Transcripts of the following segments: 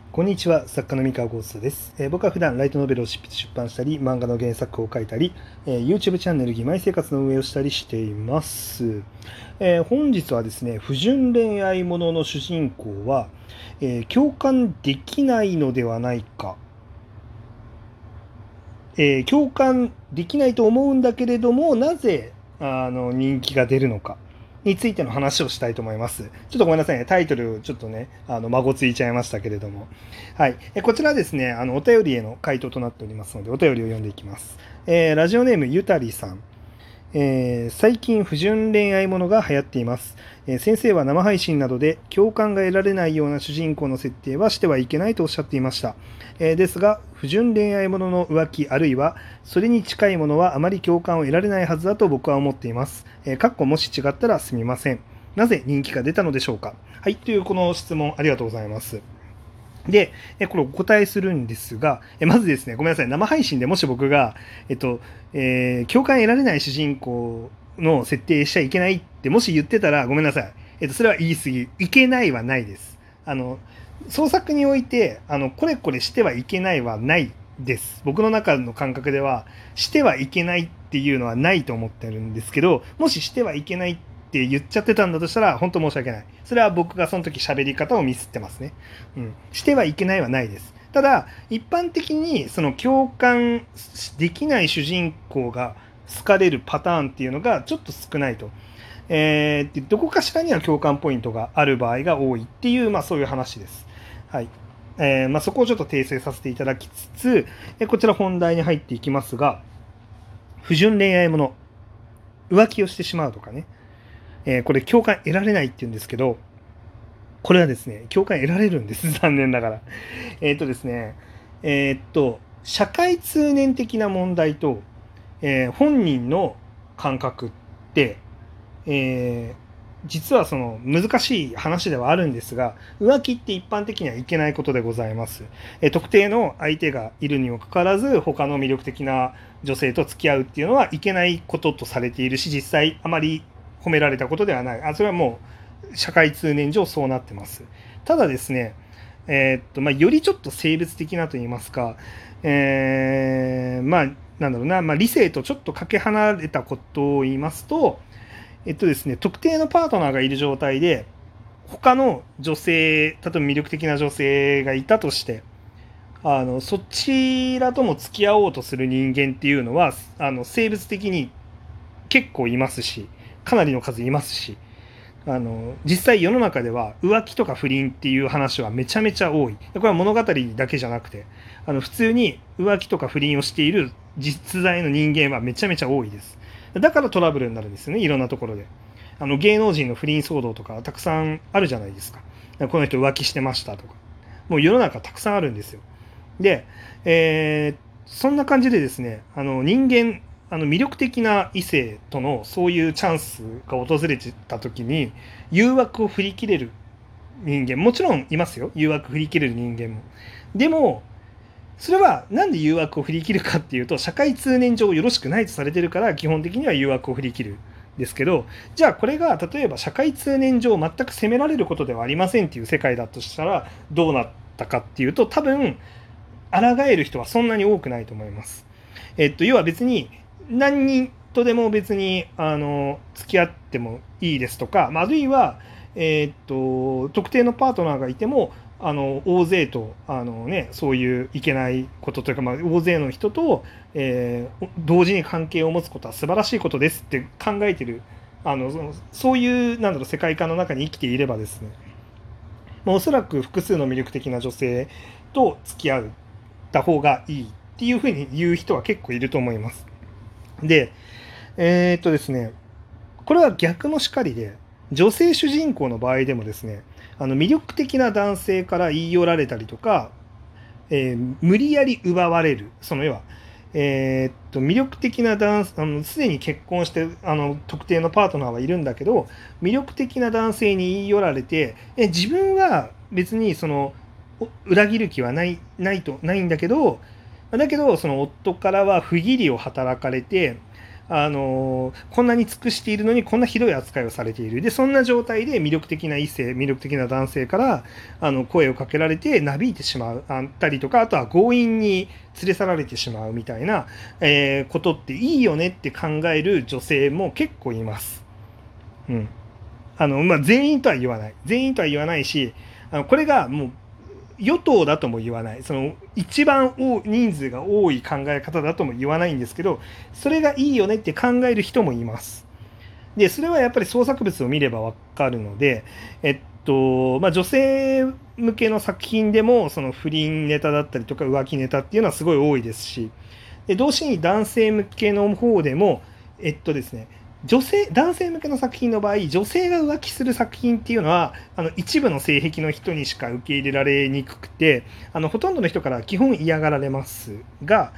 こんにちは、作家の三河ゴーストです。僕は普段ライトノベルを執筆出版したり、漫画の原作を書いたり、YouTube チャンネル義妹生活の運営をしたりしています。本日はですね、不純恋愛ものの主人公は、共感できないのではないか、共感できないと思うんだけれども、なぜ人気が出るのかについての話をしたいと思います。ちょっとごめんなさいね。タイトルちょっとね、孫ついちゃいましたけれども。はい。こちらですね、お便りへの回答となっておりますので、お便りを読んでいきます。ラジオネームゆたりさん。最近不純恋愛ものが流行っています。先生は生配信などで共感が得られないような主人公の設定はしてはいけないとおっしゃっていました。ですが、不純恋愛ものの浮気あるいはそれに近いものはあまり共感を得られないはずだと僕は思っています。もし違ったらすみません。なぜ人気が出たのでしょうか。はい、というこの質問ありがとうございます。で、これお答えするんですが、まずですね、ごめんなさい、生配信でもし僕が、共感得られない主人公の設定しちゃいけないってもし言ってたらごめんなさい。それは言い過ぎ。いけないはないです。創作において、これこれしてはいけないはないです。僕の中の感覚では、してはいけないっていうのはないと思ってるんですけど、もししてはいけないって言っちゃってたんだとしたら、本当申し訳ない。それは僕がその時喋り方をミスってますね。してはいけないはないです。ただ、一般的にその共感できない主人公が好かれるパターンっていうのがちょっと少ないと。どこかしらには共感ポイントがある場合が多いっていう、そういう話です。はい。そこをちょっと訂正させていただきつつ、こちら本題に入っていきますが、不純恋愛もの、浮気をしてしまうとかね、これ共感得られないっていうんですけど、これはですね、共感得られるんです。残念ながら。ですね、社会通念的な問題と、本人の感覚って、実はその難しい話ではあるんですが、浮気って一般的にはいけないことでございます。特定の相手がいるにもかかわらず、他の魅力的な女性と付き合うっていうのはいけないこととされているし、実際あまり褒められたことではない。それはもう社会通念上そうなってます。ただですね、よりちょっと生物的なと言いますか、なんだろうな、理性とちょっとかけ離れたことを言いますと、ですね、特定のパートナーがいる状態で、他の女性、例えば魅力的な女性がいたとして、そちらとも付き合おうとする人間っていうのは、生物的に結構いますし、かなりの数いますし、実際世の中では浮気とか不倫っていう話はめちゃめちゃ多い。これは物語だけじゃなくて、普通に浮気とか不倫をしている実在の人間はめちゃめちゃ多いです。だからトラブルになるんですよね、いろんなところで。芸能人の不倫騒動とかたくさんあるじゃないですか。この人浮気してましたとか。もう世の中たくさんあるんですよ。で、そんな感じでですね、人間、魅力的な異性とのそういうチャンスが訪れてた時に、誘惑を振り切れる人間、もちろんいますよ。誘惑振り切れる人間も。でも、それはなんで誘惑を振り切るかっていうと、社会通念上よろしくないとされてるから、基本的には誘惑を振り切る。ですけど、じゃあこれが例えば社会通念上全く責められることではありませんっていう世界だとしたらどうなったかっていうと、多分抗える人はそんなに多くないと思います。要は別に何人とでも別に付き合ってもいいですとか、あるいは、特定のパートナーがいても大勢とそういういけないことというか、大勢の人と、同時に関係を持つことは素晴らしいことですって考えてるそういうなんだろう世界観の中に生きていればですね、おそらく複数の魅力的な女性と付き合った方がいいっていうふうに言う人は結構いると思います。で、ですね、これは逆もしかりで、女性主人公の場合でもですね、魅力的な男性から言い寄られたりとか、無理やり奪われる、その要は、魅力的な男性、すでに結婚して特定のパートナーはいるんだけど、魅力的な男性に言い寄られて、自分は別にその裏切る気はないんだけど、その夫からは不義理を働かれて、 こんなに尽くしているのにこんなひどい扱いをされている。で、そんな状態で魅力的な異性、魅力的な男性から声をかけられてなびいてしまうたりとか、あとは強引に連れ去られてしまうみたいな、ことっていいよねって考える女性も結構います。うん。全員とは言わない。全員とは言わないし、これがもう与党だとも言わない。その一番人数が多い考え方だとも言わないんですけど、それがいいよねって考える人もいます。で、それはやっぱり創作物を見ればわかるので、女性向けの作品でも、その不倫ネタだったりとか浮気ネタっていうのはすごい多いですし、で同時に男性向けの方でも、ですね、男性向けの作品の場合、女性が浮気する作品っていうのは、一部の性癖の人にしか受け入れられにくくて、ほとんどの人から基本嫌がられますが、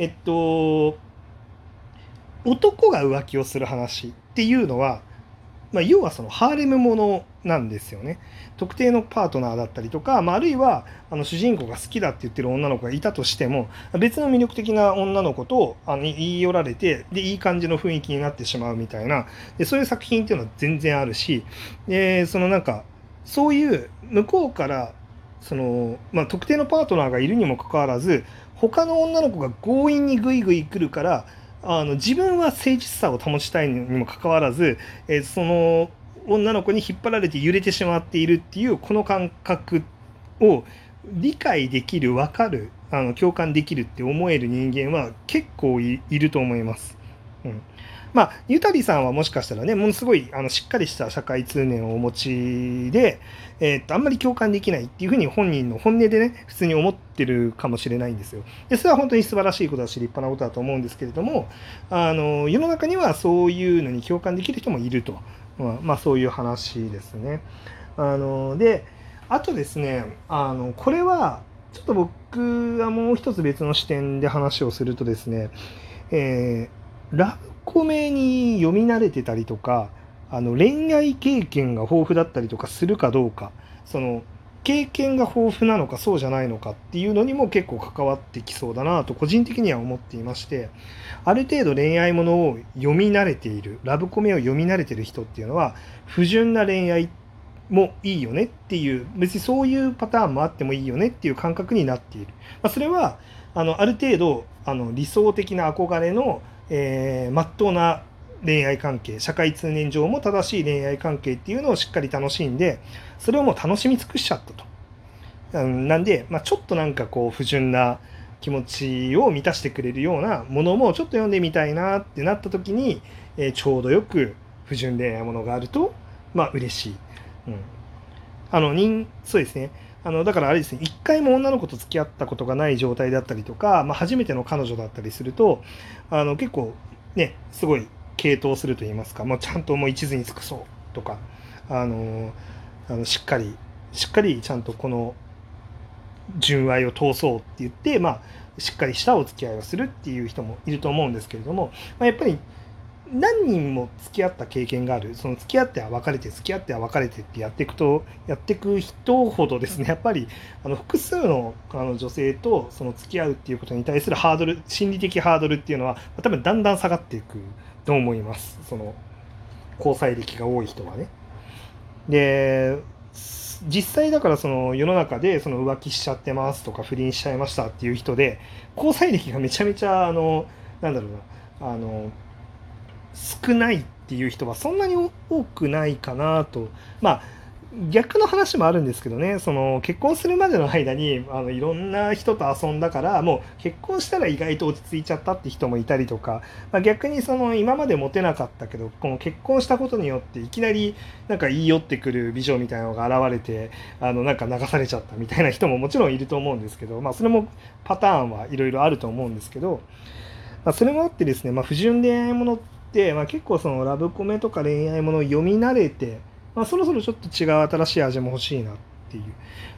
男が浮気をする話っていうのは、要はそのハーレムものなんですよね。特定のパートナーだったりとか、あるいは主人公が好きだって言ってる女の子がいたとしても、別の魅力的な女の子と言い寄られて、でいい感じの雰囲気になってしまうみたいな、でそういう作品っていうのは全然あるし、でそういう向こうから特定のパートナーがいるにもかかわらず、他の女の子が強引にグイグイ来るから、自分は誠実さを保ちたいにもかかわらず、その女の子に引っ張られて揺れてしまっているっていうこの感覚を理解できる、分かる、共感できるって思える人間は結構いると思います。ゆたりさんはもしかしたらね、ものすごいしっかりした社会通念をお持ちで、あんまり共感できないっていうふうに本人の本音でね、普通に思ってるかもしれないんですよ。で、それは本当に素晴らしいことだし、立派なことだと思うんですけれども、世の中にはそういうのに共感できる人もいると。そういう話ですね。で、あとですね、これは、ちょっと僕はもう一つ別の視点で話をするとですね、ラブコメに読み慣れてたりとか、恋愛経験が豊富だったりとかするかどうか、その経験が豊富なのかそうじゃないのかっていうのにも結構関わってきそうだなと個人的には思っていまして、ある程度恋愛ものを読み慣れている、ラブコメを読み慣れている人っていうのは、不純な恋愛もいいよねっていう、別にそういうパターンもあってもいいよねっていう感覚になっている。それはある程度理想的な憧れの真っ当な恋愛関係、社会通念上も正しい恋愛関係っていうのをしっかり楽しんで、それをもう楽しみ尽くしちゃったと。なんで、ちょっと不純な気持ちを満たしてくれるようなものもちょっと読んでみたいなってなった時に、ちょうどよく不純恋愛ものがあると嬉しい。そうですね。だからあれですね、一回も女の子と付き合ったことがない状態だったりとか、初めての彼女だったりすると、結構ね、すごい傾倒すると言いますか、ちゃんともう一途に尽くそうとか、しっかりちゃんとこの純愛を通そうって言って、しっかりしたお付き合いをするっていう人もいると思うんですけれども、やっぱり何人も付き合った経験がある、その付き合っては別れて付き合っては別れてってやっていく人ほどですね、やっぱり複数の女性とその付き合うっていうことに対するハードル、心理的ハードルっていうのは多分だんだん下がっていくと思います。その交際歴が多い人はね。で、実際だからその世の中でその浮気しちゃってますとか不倫しちゃいましたっていう人で交際歴がめちゃめちゃなんだろうな少ないっていう人はそんなに多くないかなと。逆の話もあるんですけどね、その結婚するまでの間にいろんな人と遊んだからもう結婚したら意外と落ち着いちゃったって人もいたりとか、逆にその今までモテなかったけどこの結婚したことによっていきなり言い寄ってくる美女みたいなのが現れて流されちゃったみたいな人ももちろんいると思うんですけど、それもパターンはいろいろあると思うんですけど、それもあってですね、不純恋愛ものって結構そのラブコメとか恋愛ものを読み慣れて、そろそろちょっと違う新しい味も欲しいなっていう、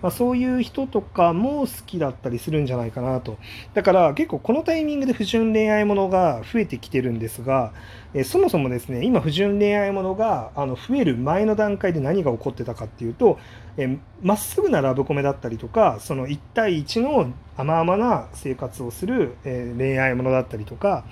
そういう人とかも好きだったりするんじゃないかなと。だから結構このタイミングで不純恋愛ものが増えてきてるんですが、そもそもですね、今不純恋愛ものが増える前の段階で何が起こってたかっていうと、まっすぐなラブコメだったりとか、その1対1の甘々な生活をする、恋愛ものだったりとか、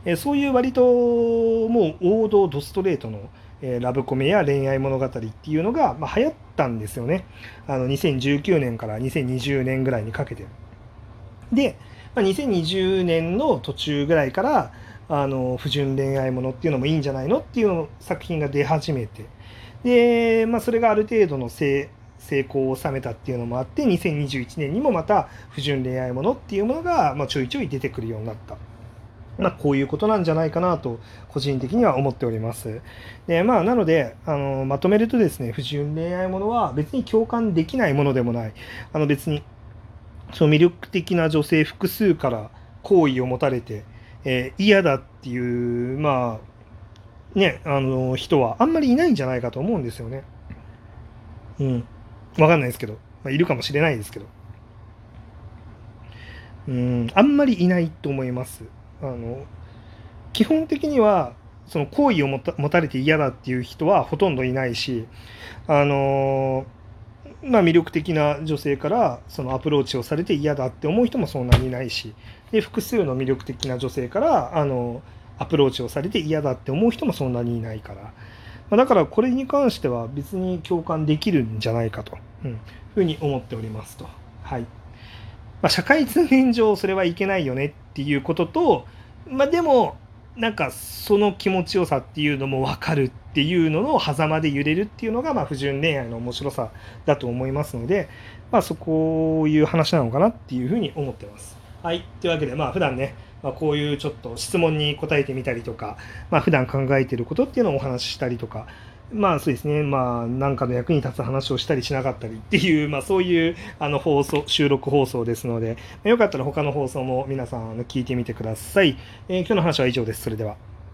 そういう割ともう王道ドストレートのラブコメや恋愛物語っていうのが、流行ったんですよね。2019年から2020年ぐらいにかけて。で、2020年の途中ぐらいから不純恋愛ものっていうのもいいんじゃないのっていうの作品が出始めて、で、それがある程度の成功を収めたっていうのもあって、2021年にもまた不純恋愛ものっていうものがちょいちょい出てくるようになった。こういうことなんじゃないかなと個人的には思っております。で、なのでまとめるとですね、不純恋愛ものは別に共感できないものでもない。別にその魅力的な女性複数から好意を持たれて、嫌だっていう人はあんまりいないんじゃないかと思うんですよね。わかんないですけど、いるかもしれないですけど、あんまりいないと思います。基本的にはその好意を持たれて嫌だっていう人はほとんどいないし、魅力的な女性からそのアプローチをされて嫌だって思う人もそんなにいないし、で複数の魅力的な女性からアプローチをされて嫌だって思う人もそんなにいないから、だからこれに関しては別に共感できるんじゃないかと、ふうに思っておりますと。はい。社会通念上それはいけないよねっていうことと、でもなんかその気持ちよさっていうのも分かるっていうのの狭間で揺れるっていうのが不純恋愛の面白さだと思いますので、そこいう話なのかなっていうふうに思ってます。はい。というわけで普段ね、こういうちょっと質問に答えてみたりとか、普段考えていることっていうのをお話ししたりとか、そうですね、何かの役に立つ話をしたりしなかったりっていう、そういう収録放送ですので、よかったら他の放送も皆さん聞いてみてください。今日の話は以上です。それでは。